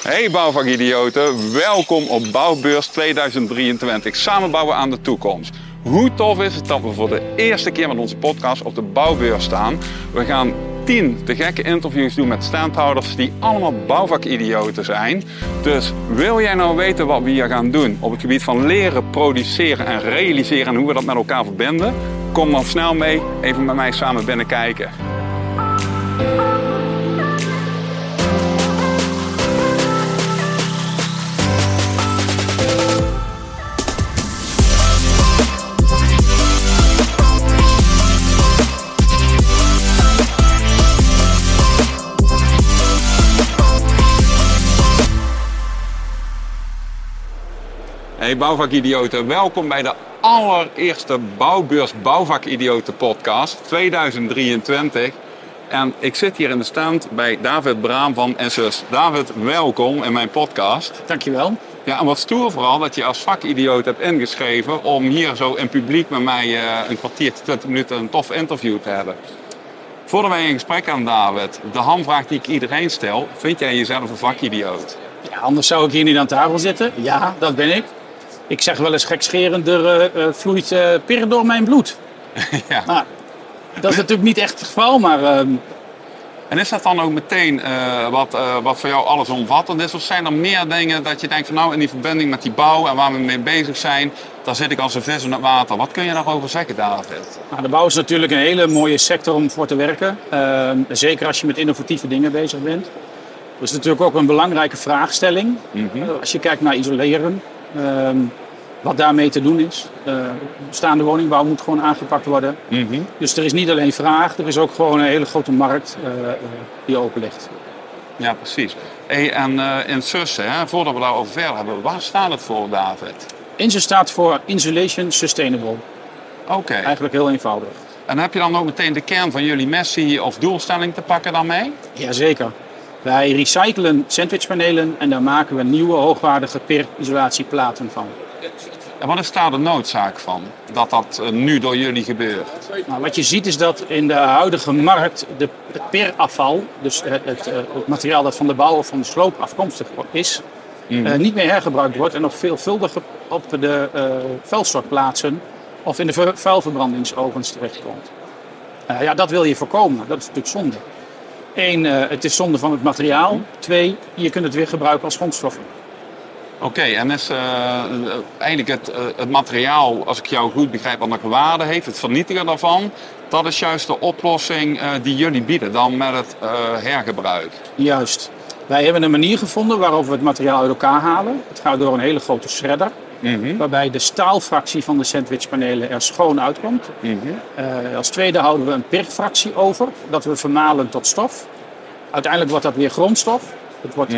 Hey bouwvakidioten, welkom op Bouwbeurs 2023. Samen bouwen aan de toekomst. Hoe tof is het dat we voor de eerste keer met onze podcast op de Bouwbeurs staan. We gaan 10 te gekke interviews doen met standhouders die allemaal bouwvakidioten zijn. Dus wil jij nou weten wat we hier gaan doen op het gebied van leren, produceren en realiseren en hoe we dat met elkaar verbinden? Kom dan snel mee, even met mij samen binnen kijken. Hey bouwvakidioten, welkom bij de allereerste Bouwbeurs Bouwvakidioten podcast 2023. En ik zit hier in de stand bij David Braam van &Zus. David, welkom in mijn podcast. Dankjewel. Ja, en wat stoer vooral dat je als vakidioot hebt ingeschreven om hier zo in publiek met mij een kwartiertje, 20 minuten een tof interview te hebben. Voordat wij in gesprek gaan, David, de hamvraag die ik iedereen stel, vind jij jezelf een vakidioot? Ja, anders zou ik hier niet aan tafel zitten. Ja, dat ben ik. Ik zeg wel eens gekscherend, er vloeit pir door mijn bloed. Ja. Nou, dat is natuurlijk niet echt het geval, maar... En is dat dan ook meteen wat voor jou allesomvattend is? Of zijn er meer dingen dat je denkt van nou in die verbinding met die bouw en waar we mee bezig zijn, daar zit ik als een vis in het water. Wat kun je daarover zeggen, David? Nou, de bouw is natuurlijk een hele mooie sector om voor te werken. Zeker als je met innovatieve dingen bezig bent. Dat is natuurlijk ook een belangrijke vraagstelling. Mm-hmm. Als je kijkt naar isoleren. Wat daarmee te doen is. Bestaande woningbouw moet gewoon aangepakt worden. Mm-hmm. Dus er is niet alleen vraag, er is ook gewoon een hele grote markt die open ligt. Ja, precies. Hey, en &Zus, hè, voordat we daarover verder hebben, waar staat het voor, David? INSUS staat voor Insulation Sustainable. Oké. Eigenlijk heel eenvoudig. En heb je dan ook meteen de kern van jullie missie of doelstelling te pakken dan mee? Jazeker. Wij recyclen sandwichpanelen en daar maken we nieuwe hoogwaardige PIR-isolatieplaten van. En wat is daar de noodzaak van, dat dat nu door jullie gebeurt? Nou, wat je ziet is dat in de huidige markt het PIR-afval, dus het materiaal dat van de bouw of van de sloop afkomstig is, niet meer hergebruikt wordt en nog veelvuldig op de vuilstortplaatsen of in de vuilverbrandingsovens terechtkomt. Ja, dat wil je voorkomen. Dat is natuurlijk zonde. 1, het is zonde van het materiaal. 2, je kunt het weer gebruiken als grondstoffen. Oké, en is eigenlijk het materiaal, als ik jou goed begrijp, wat nog waarde heeft, het vernietigen daarvan, dat is juist de oplossing die jullie bieden dan met het hergebruik? Juist. Wij hebben een manier gevonden waarop we het materiaal uit elkaar halen. Het gaat door een hele grote shredder, waarbij de staalfractie van de sandwichpanelen er schoon uitkomt. Als tweede houden we een PIR-fractie over, dat we vermalen tot stof. Uiteindelijk wordt dat weer grondstof. Het wordt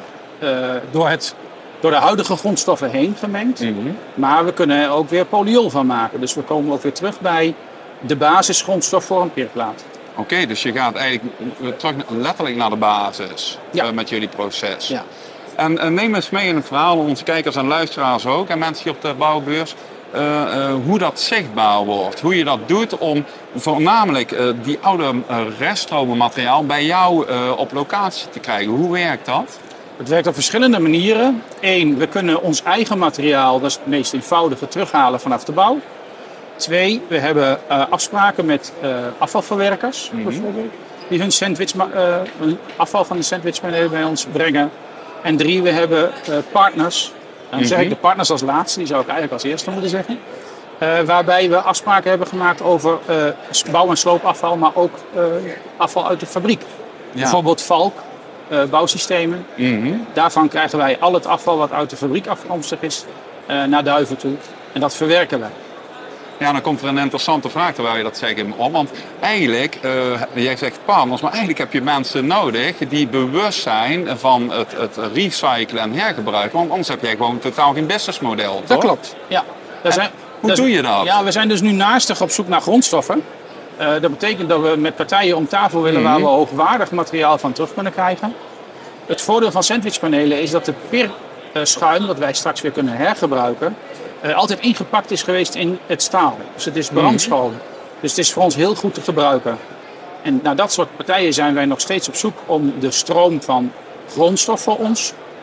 door de huidige grondstoffen heen gemengd. Maar we kunnen er ook weer polyol van maken. Dus we komen ook weer terug bij de basisgrondstof voor een PIR-plaat. Oké, dus je gaat eigenlijk terug letterlijk naar de basis met jullie proces. Ja. En neem eens mee in het verhaal, onze kijkers en luisteraars ook, en mensen hier op de bouwbeurs, hoe dat zichtbaar wordt. Hoe je dat doet om voornamelijk die oude reststromenmateriaal bij jou op locatie te krijgen. Hoe werkt dat? Het werkt op verschillende manieren. 1, we kunnen ons eigen materiaal, dat is het meest eenvoudige, terughalen vanaf de bouw. 2, we hebben afspraken met afvalverwerkers bijvoorbeeld, die hun afval van de sandwichpanelen bij ons brengen. En 3, we hebben partners. En dan zeg ik de partners als laatste, die zou ik eigenlijk als eerste moeten zeggen. Waarbij we afspraken hebben gemaakt over bouw- en sloopafval, maar ook afval uit de fabriek. Ja. Bijvoorbeeld Valk. Bouwsystemen. Daarvan krijgen wij al het afval wat uit de fabriek afkomstig is naar Duiven toe. En dat verwerken wij. Ja, dan komt er een interessante vraag terwijl je dat zegt in me op. Want eigenlijk, jij zegt partners, maar eigenlijk heb je mensen nodig die bewust zijn van het recyclen en hergebruiken. Want anders heb jij gewoon totaal geen businessmodel, toch? Dat klopt, ja. Hoe doe je dat? Ja, we zijn dus nu naastig op zoek naar grondstoffen. Dat betekent dat we met partijen om tafel willen waar we hoogwaardig materiaal van terug kunnen krijgen. Het voordeel van sandwichpanelen is dat de PIR-schuim, dat wij straks weer kunnen hergebruiken, altijd ingepakt is geweest in het staal. Dus het is brandschoon. Dus het is voor ons heel goed te gebruiken. En naar dat soort partijen zijn wij nog steeds op zoek om de stroom van grondstof voor ons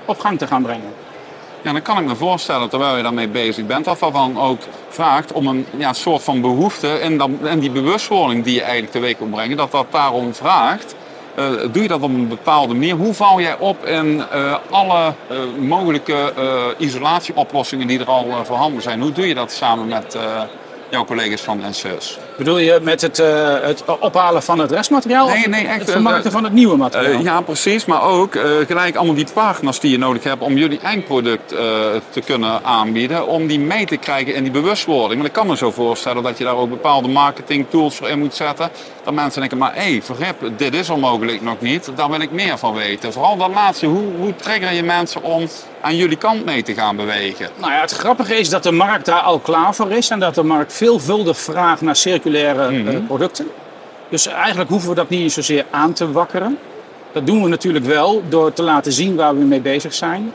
op gang te gaan brengen. Ja, dan kan ik me voorstellen, terwijl je daarmee bezig bent, dat dat dan ook vraagt om een soort van behoefte en die bewustwording die je eigenlijk teweeg wil brengen, dat daarom vraagt. Doe je dat op een bepaalde manier? Hoe val jij op in alle mogelijke isolatieoplossingen die er al voorhanden zijn? Hoe doe je dat samen met jouw collega's van NSUS? Bedoel je met het ophalen van het restmateriaal? Nee, echt. Het vermarkten van het nieuwe materiaal? Ja, precies. Maar ook gelijk allemaal die partners die je nodig hebt om jullie eindproduct te kunnen aanbieden. Om die mee te krijgen in die bewustwording. Want ik kan me zo voorstellen dat je daar ook bepaalde marketing tools voor in moet zetten. Dat mensen denken, maar vergip, dit is onmogelijk nog niet. Daar wil ik meer van weten. Vooral dat laatste. Hoe trigger je mensen om aan jullie kant mee te gaan bewegen? Nou ja, het grappige is dat de markt daar al klaar voor is. En dat de markt veelvuldig vraagt naar circulaire producten. Dus eigenlijk hoeven we dat niet zozeer aan te wakkeren. Dat doen we natuurlijk wel door te laten zien waar we mee bezig zijn.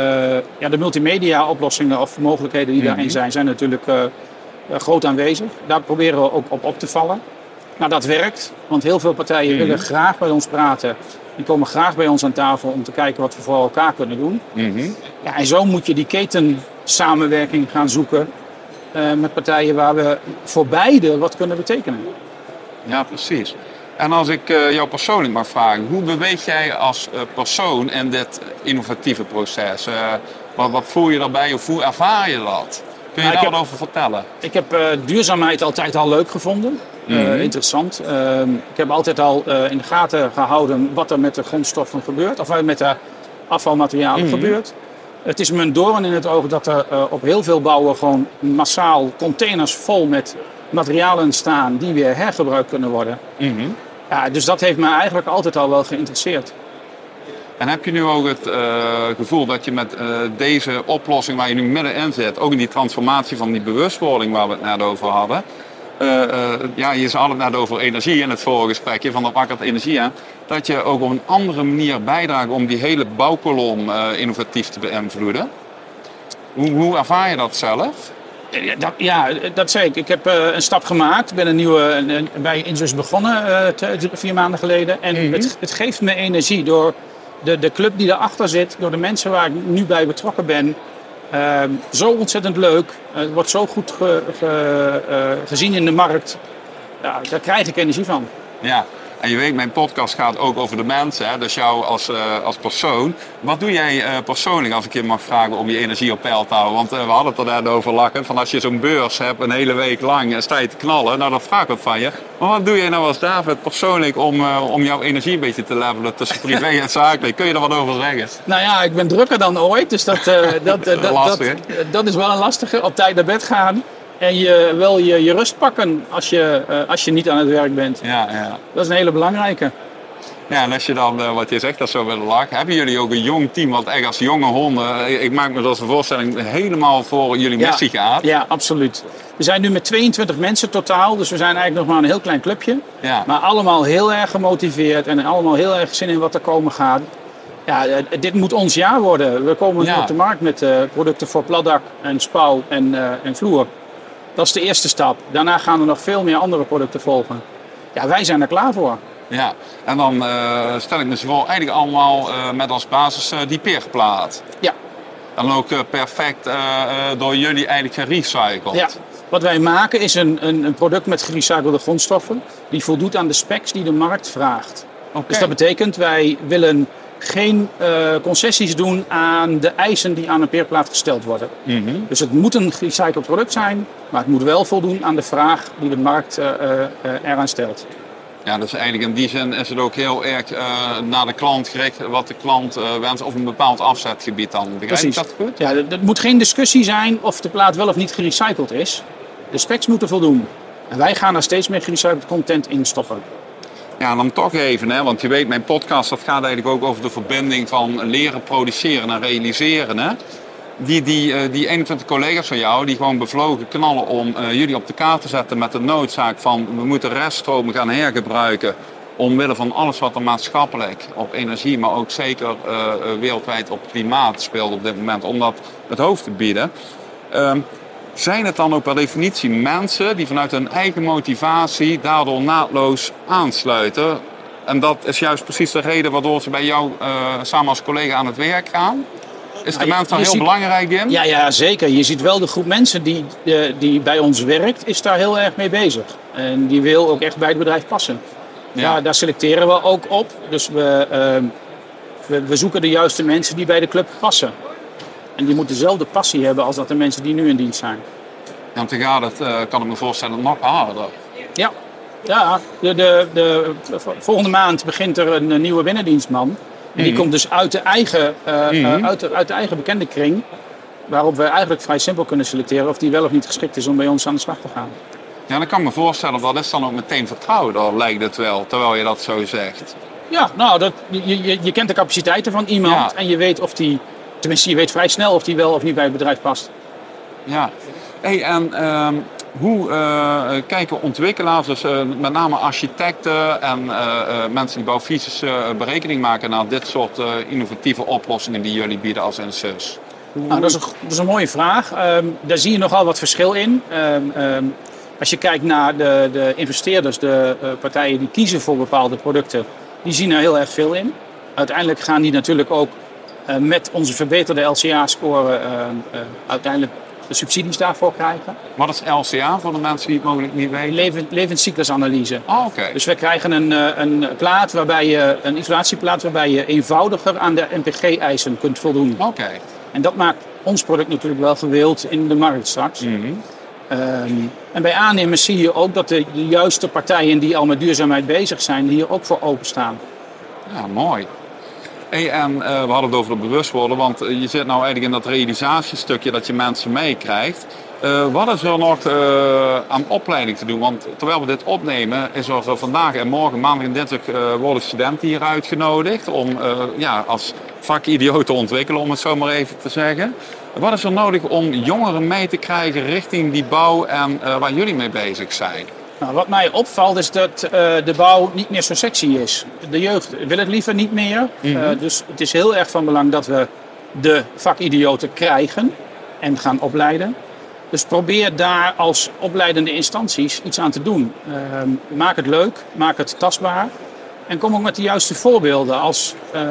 De multimedia oplossingen of mogelijkheden die daarin zijn natuurlijk groot aanwezig. Daar proberen we ook op te vallen. Nou, dat werkt, want heel veel partijen willen graag bij ons praten. Die komen graag bij ons aan tafel om te kijken wat we voor elkaar kunnen doen. Ja, en zo moet je die ketensamenwerking gaan zoeken met partijen waar we voor beide wat kunnen betekenen. Ja, precies. En als ik jou persoonlijk mag vragen, hoe beweeg jij als persoon in dit innovatieve proces? Wat voel je daarbij of hoe ervaar je dat? Kun je daar wat over vertellen? Ik heb duurzaamheid altijd al leuk gevonden. Interessant. Ik heb altijd al in de gaten gehouden wat er met de grondstoffen gebeurt. Of met de afvalmaterialen gebeurt. Het is me een doorn in het oog dat er op heel veel bouwen gewoon massaal containers vol met materialen staan die weer hergebruikt kunnen worden. Ja, dus dat heeft me eigenlijk altijd al wel geïnteresseerd. En heb je nu ook het gevoel dat je met deze oplossing waar je nu middenin zit, ook in die transformatie van die bewustwording waar we het net over hadden. Je had het net over energie in het vorige gesprekje, van dat wakkert energie aan. Dat je ook op een andere manier bijdraagt om die hele bouwkolom innovatief te beïnvloeden. Hoe ervaar je dat zelf? Dat zei ik. Ik heb een stap gemaakt. Ik ben bij Insus begonnen 4 maanden geleden. En het geeft me energie door de club die erachter zit, door de mensen waar ik nu bij betrokken ben. Zo ontzettend leuk. Het wordt zo goed gezien in de markt. Ja, daar krijg ik energie van. Ja, en je weet, mijn podcast gaat ook over de mensen. Hè? Dus jou als persoon. Wat doe jij persoonlijk, als ik je mag vragen, om je energie op peil te houden? Want we hadden het er net over lachen. Van als je zo'n beurs hebt een hele week lang en sta je te knallen. Nou, dan vraag ik wat van je. Maar wat doe jij nou als David persoonlijk om jouw energie een beetje te levelen tussen privé en zakelijk? Kun je er wat over zeggen? Nou ja, ik ben drukker dan ooit. Dus dat is wel een lastige. Op tijd naar bed gaan. En je wil je rust pakken als je niet aan het werk bent. Ja. Dat is een hele belangrijke. Ja, en als je dan, wat je zegt, dat zo willen lachen. Hebben jullie ook een jong team wat echt als jonge honden, ik maak me zoals een voorstelling, helemaal voor jullie missie gaat? Ja, absoluut. We zijn nu met 22 mensen totaal, dus we zijn eigenlijk nog maar een heel klein clubje. Ja. Maar allemaal heel erg gemotiveerd en allemaal heel erg zin in wat er komen gaat. Ja, dit moet ons jaar worden. We komen nu op de markt met producten voor platdak en spouw en vloer. Dat is de eerste stap. Daarna gaan er nog veel meer andere producten volgen. Ja, wij zijn er klaar voor. Ja, en dan stel ik me voor eigenlijk allemaal met als basis die peerplaat. Ja. Dan ook perfect door jullie eigenlijk gerecycled. Ja. Wat wij maken is een product met gerecyclede grondstoffen die voldoet aan de specs die de markt vraagt. Okay. Dus dat betekent wij willen geen concessies doen aan de eisen die aan een peerplaat gesteld worden. Dus het moet een gerecycled product zijn, maar het moet wel voldoen aan de vraag die de markt eraan stelt. Ja, dus eigenlijk in die zin is het ook heel erg naar de klant gericht, wat de klant wenst, of een bepaald afzetgebied dan. Begrijp je dat goed? Ja, het moet geen discussie zijn of de plaat wel of niet gerecycled is. De specs moeten voldoen. En wij gaan er steeds meer gerecycled content in stoppen. Ja, dan toch even, hè, want je weet, mijn podcast dat gaat eigenlijk ook over de verbinding van leren, produceren en realiseren. Hè? Die 21 collega's van jou, die gewoon bevlogen knallen om jullie op de kaart te zetten met de noodzaak van we moeten reststromen gaan hergebruiken omwille van alles wat er maatschappelijk op energie, maar ook zeker wereldwijd op klimaat speelt op dit moment, om dat het hoofd te bieden. Zijn het dan ook per definitie mensen die vanuit hun eigen motivatie daardoor naadloos aansluiten En dat is juist precies de reden waardoor ze bij jou samen als collega aan het werk gaan. Is de mens daar heel belangrijk in? Ja, zeker. Je ziet wel de groep mensen die bij ons werkt, is daar heel erg mee bezig. En die wil ook echt bij het bedrijf passen. Ja, daar selecteren we ook op. Dus we zoeken de juiste mensen die bij de club passen. En die moeten dezelfde passie hebben als dat de mensen die nu in dienst zijn. Ja, want dan gaat het, kan ik me voorstellen, nog harder. Ja. De volgende maand begint er een nieuwe binnendienstman. En die komt dus uit de eigen bekende kring. Waarop we eigenlijk vrij simpel kunnen selecteren of die wel of niet geschikt is om bij ons aan de slag te gaan. Ja, dan kan ik me voorstellen, dat is dan ook meteen vertrouwen, dat lijkt het wel, terwijl je dat zo zegt. Ja, nou, je kent de capaciteiten van iemand en je weet of die, tenminste je weet vrij snel of die wel of niet bij het bedrijf past. Ja, hey, en hoe kijken ontwikkelaars, dus met name architecten en mensen die bouwfysische berekening maken naar dit soort innovatieve oplossingen die jullie bieden als NSUS? Nou, dat is een mooie vraag. Daar zie je nogal wat verschil in. Als je kijkt naar de investeerders, de partijen die kiezen voor bepaalde producten, die zien er heel erg veel in. Uiteindelijk gaan die natuurlijk ook met onze verbeterde LCA-score uiteindelijk de subsidies daarvoor krijgen. Wat is LCA voor de mensen die het mogelijk niet weten? Levenscyclusanalyse. Oh, okay. Dus wij krijgen een isolatieplaat waarbij je eenvoudiger aan de NPG-eisen kunt voldoen. Okay. En dat maakt ons product natuurlijk wel gewild in de markt straks. Mm-hmm. En bij aannemers zie je ook dat de juiste partijen die al met duurzaamheid bezig zijn, hier ook voor openstaan. Ja, mooi. Hey, en we hadden het over de bewustwording, want je zit nou eigenlijk in dat realisatiestukje dat je mensen meekrijgt. Wat is er nog aan opleiding te doen? Want terwijl we dit opnemen, is er vandaag en morgen, maandag en dinsdag, worden studenten hier uitgenodigd om als vakidioot te ontwikkelen, om het zo maar even te zeggen. Wat is er nodig om jongeren mee te krijgen richting die bouw en waar jullie mee bezig zijn? Nou, wat mij opvalt is dat de bouw niet meer zo sexy is. De jeugd wil het liever niet meer. Mm-hmm. Dus het is heel erg van belang dat we de vakidioten krijgen en gaan opleiden. Dus probeer daar als opleidende instanties iets aan te doen. Maak het leuk, maak het tastbaar. En kom ook met de juiste voorbeelden. Als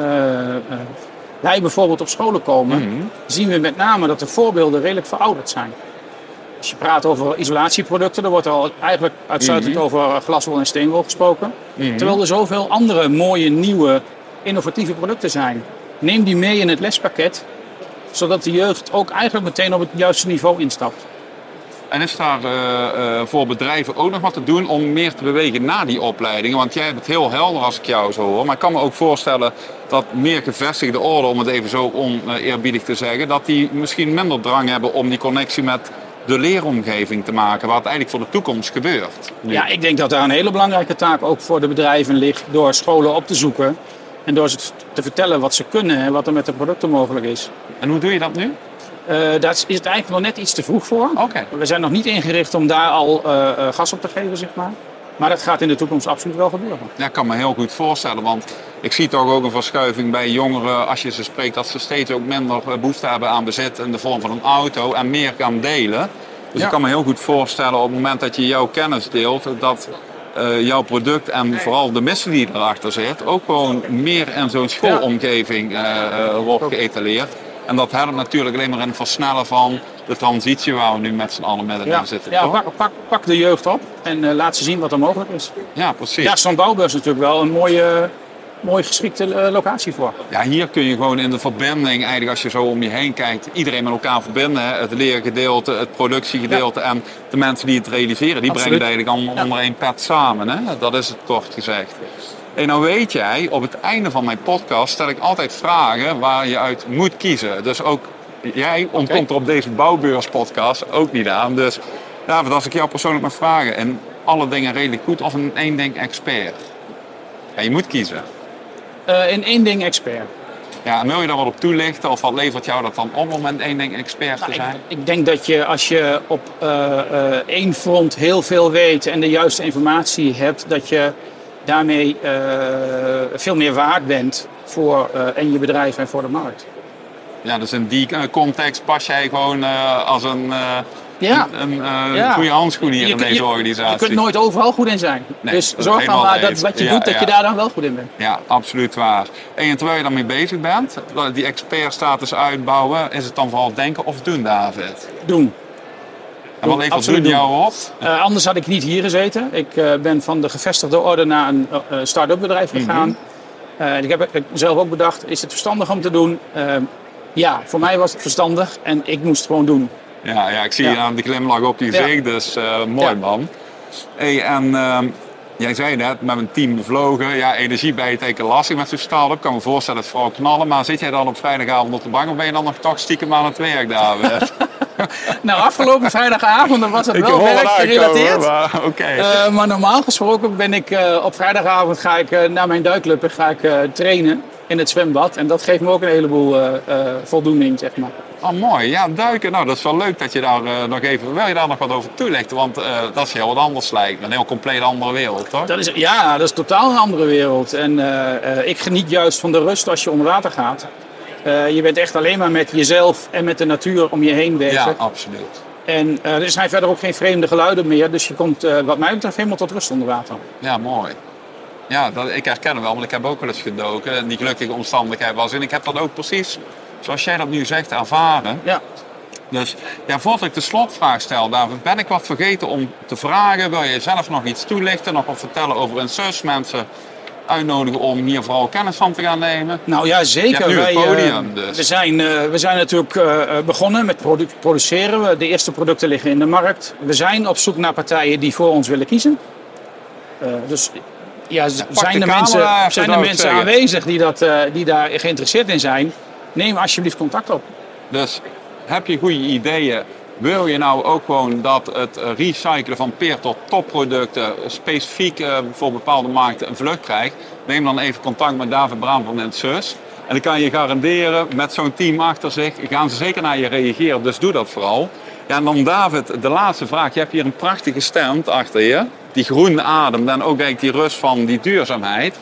wij bijvoorbeeld op scholen komen, mm-hmm. zien we met name dat de voorbeelden redelijk verouderd zijn. Als je praat over isolatieproducten, dan wordt er al eigenlijk uitsluitend mm-hmm. over glaswol en steenwol gesproken. Mm-hmm. Terwijl er zoveel andere mooie, nieuwe, innovatieve producten zijn. Neem die mee in het lespakket, zodat de jeugd ook eigenlijk meteen op het juiste niveau instapt. En is daar voor bedrijven ook nog wat te doen om meer te bewegen na die opleidingen? Want jij hebt het heel helder als ik jou zo hoor. Maar ik kan me ook voorstellen dat meer gevestigde orde, om het even zo oneerbiedig te zeggen, dat die misschien minder drang hebben om die connectie met de leeromgeving te maken, wat eigenlijk voor de toekomst gebeurt. Nu. Ja, ik denk dat daar een hele belangrijke taak ook voor de bedrijven ligt door scholen op te zoeken en door ze te vertellen wat ze kunnen en wat er met de producten mogelijk is. En hoe doe je dat nu? Daar is het eigenlijk nog net iets te vroeg voor. Okay. We zijn nog niet ingericht om daar al gas op te geven, zeg maar. Maar dat gaat in de toekomst absoluut wel gebeuren. Ja, ik kan me heel goed voorstellen, want ik zie toch ook een verschuiving bij jongeren als je ze spreekt dat ze steeds ook minder behoefte hebben aan bezit in de vorm van een auto en meer gaan delen. Dus ik kan me heel goed voorstellen op het moment dat je jouw kennis deelt, dat jouw product en vooral de missie die erachter zit ook gewoon meer in zo'n schoolomgeving wordt geëtaleerd. En dat helpt natuurlijk alleen maar in het versnellen van de transitie waar we nu met z'n allen middenin zitten. Ja, pak de jeugd op en laat ze zien wat er mogelijk is. Ja, precies. Ja, zo'n bouwbeurs is natuurlijk wel een mooie geschikte locatie voor. Ja, hier kun je gewoon in de verbinding, eigenlijk als je zo om je heen kijkt, iedereen met elkaar verbinden. Hè? Het leergedeelte, het productiegedeelte en de mensen die het realiseren, die brengen het eigenlijk allemaal onder één pet samen. Hè? Dat is het kort gezegd. En nou weet jij, op het einde van mijn podcast stel ik altijd vragen waar je uit moet kiezen. Dus ook jij ontkomt er op deze bouwbeurspodcast ook niet aan. Dus David, als ik jou persoonlijk mag vragen, in alle dingen redelijk goed of in één ding expert? Ja, je moet kiezen. In één ding expert. Ja, en wil je daar wat op toelichten of wat levert jou dat dan op om in één ding expert te zijn? Ik denk dat je als je op één front heel veel weet en de juiste informatie hebt, dat je daarmee veel meer waard bent voor en je bedrijf en voor de markt. Ja, dus in die context pas jij gewoon als een een goede handschoen hier in deze organisatie. Je kunt nooit overal goed in zijn. Nee, dus zorg dan maar dat wat je doet, dat je daar dan wel goed in bent. Ja, absoluut waar. En terwijl je daarmee bezig bent, die expertstatus uitbouwen, is het dan vooral denken of doen, David? Doen. En wat levert doen jou op? Anders had ik niet hier gezeten. Ik ben van de gevestigde orde naar een start-up bedrijf gegaan. Ik heb zelf ook bedacht, is het verstandig om te doen? Ja, voor mij was het verstandig en ik moest het gewoon doen. Ja, ik zie je aan de glimlach op je gezicht, dus mooi man. Hey, en jij zei net, met een team bevlogen. Ja, energie bij het teken lastig met zo'n start-up. Ik kan me voorstellen dat het vooral knallen. Maar zit jij dan op vrijdagavond op de bank of ben je dan nog toch stiekem aan het werk, David? Nou, afgelopen vrijdagavond was het wel werkgerelateerd. Maar normaal gesproken ben ik op vrijdagavond ga ik naar mijn duikclub en ga ik trainen in het zwembad. En dat geeft me ook een heleboel voldoening, zeg maar. Oh, mooi. Ja, duiken. Nou, dat is wel leuk dat je daar nog even... Wil je daar nog wat over toelichten? Want dat is heel wat anders lijkt me. Een heel compleet andere wereld, toch? Dat is totaal een andere wereld. En ik geniet juist van de rust als je onder water gaat. Je bent echt alleen maar met jezelf en met de natuur om je heen bezig. Ja, absoluut. En er zijn verder ook geen vreemde geluiden meer. Dus je komt wat mij betreft helemaal tot rust onder water. Ja, mooi. Ja, ik herken het wel, want ik heb ook wel eens gedoken. En die gelukkige omstandigheid was. En ik heb dat ook precies, zoals jij dat nu zegt, ervaren. Ja. Dus ja, voordat ik de slotvraag stel, David, ben ik wat vergeten om te vragen. Wil je zelf nog iets toelichten, nog wat vertellen over een sus, mensen uitnodigen om hier vooral kennis van te gaan nemen? Nou ja, zeker. Je hebt nu het podium, dus. We zijn natuurlijk begonnen met produceren. De eerste producten liggen in de markt. We zijn op zoek naar partijen die voor ons willen kiezen. Dus ja, zijn er mensen aanwezig die daar geïnteresseerd in zijn? Neem alsjeblieft contact op. Dus heb je goede ideeën? Wil je nou ook gewoon dat het recyclen van peer tot topproducten specifiek voor bepaalde markten een vlucht krijgt? Neem dan even contact met David Braamtman en zus. En dan kan je garanderen, met zo'n team achter zich, gaan ze zeker naar je reageren. Dus doe dat vooral. Ja, en dan David, de laatste vraag. Je hebt hier een prachtige stand achter je. Die groene adem en ook eigenlijk die rust van die duurzaamheid.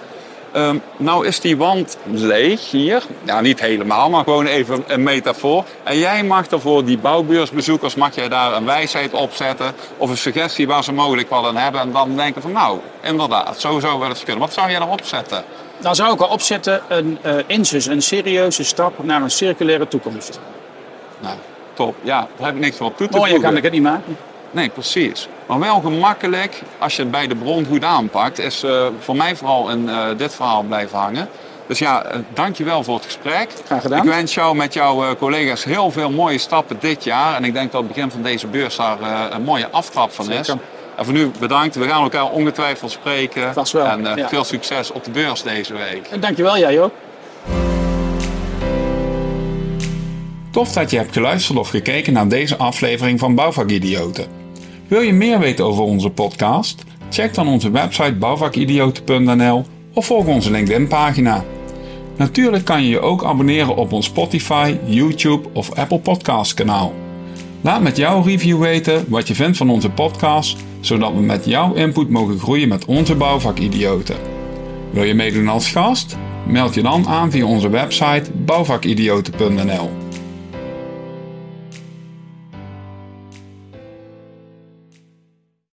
Nou is die wand leeg hier. Ja, niet helemaal, maar gewoon even een metafoor. En jij mag er voor die bouwbeursbezoekers, mag jij daar een wijsheid op zetten. Of een suggestie waar ze mogelijk wel aan hebben. En dan denken van nou, inderdaad, zo zou wel eens kunnen. Wat zou jij erop zetten? Dan zou ik al opzetten een serieuze stap naar een circulaire toekomst. Nou, top. Ja, daar heb ik niks meer op toe te voegen. Mooier kan ik het niet maken. Nee, precies. Maar wel gemakkelijk, als je het bij de bron goed aanpakt, is voor mij vooral in dit verhaal blijven hangen. Dus ja, dankjewel voor het gesprek. Graag gedaan. Ik wens jou met jouw collega's heel veel mooie stappen dit jaar. En ik denk dat het begin van deze beurs daar een mooie aftrap van is. Zeker. En voor nu bedankt. We gaan elkaar ongetwijfeld spreken. Vast wel. En veel succes op de beurs deze week. En dankjewel, jij ook. Tof dat je hebt geluisterd of gekeken naar deze aflevering van Bouwvakidioten. Wil je meer weten over onze podcast? Check dan onze website bouwvakidioten.nl of volg onze LinkedIn-pagina. Natuurlijk kan je je ook abonneren op ons Spotify, YouTube of Apple Podcasts kanaal. Laat met jouw review weten wat je vindt van onze podcast, zodat we met jouw input mogen groeien met onze bouwvakidioten. Wil je meedoen als gast? Meld je dan aan via onze website bouwvakidioten.nl.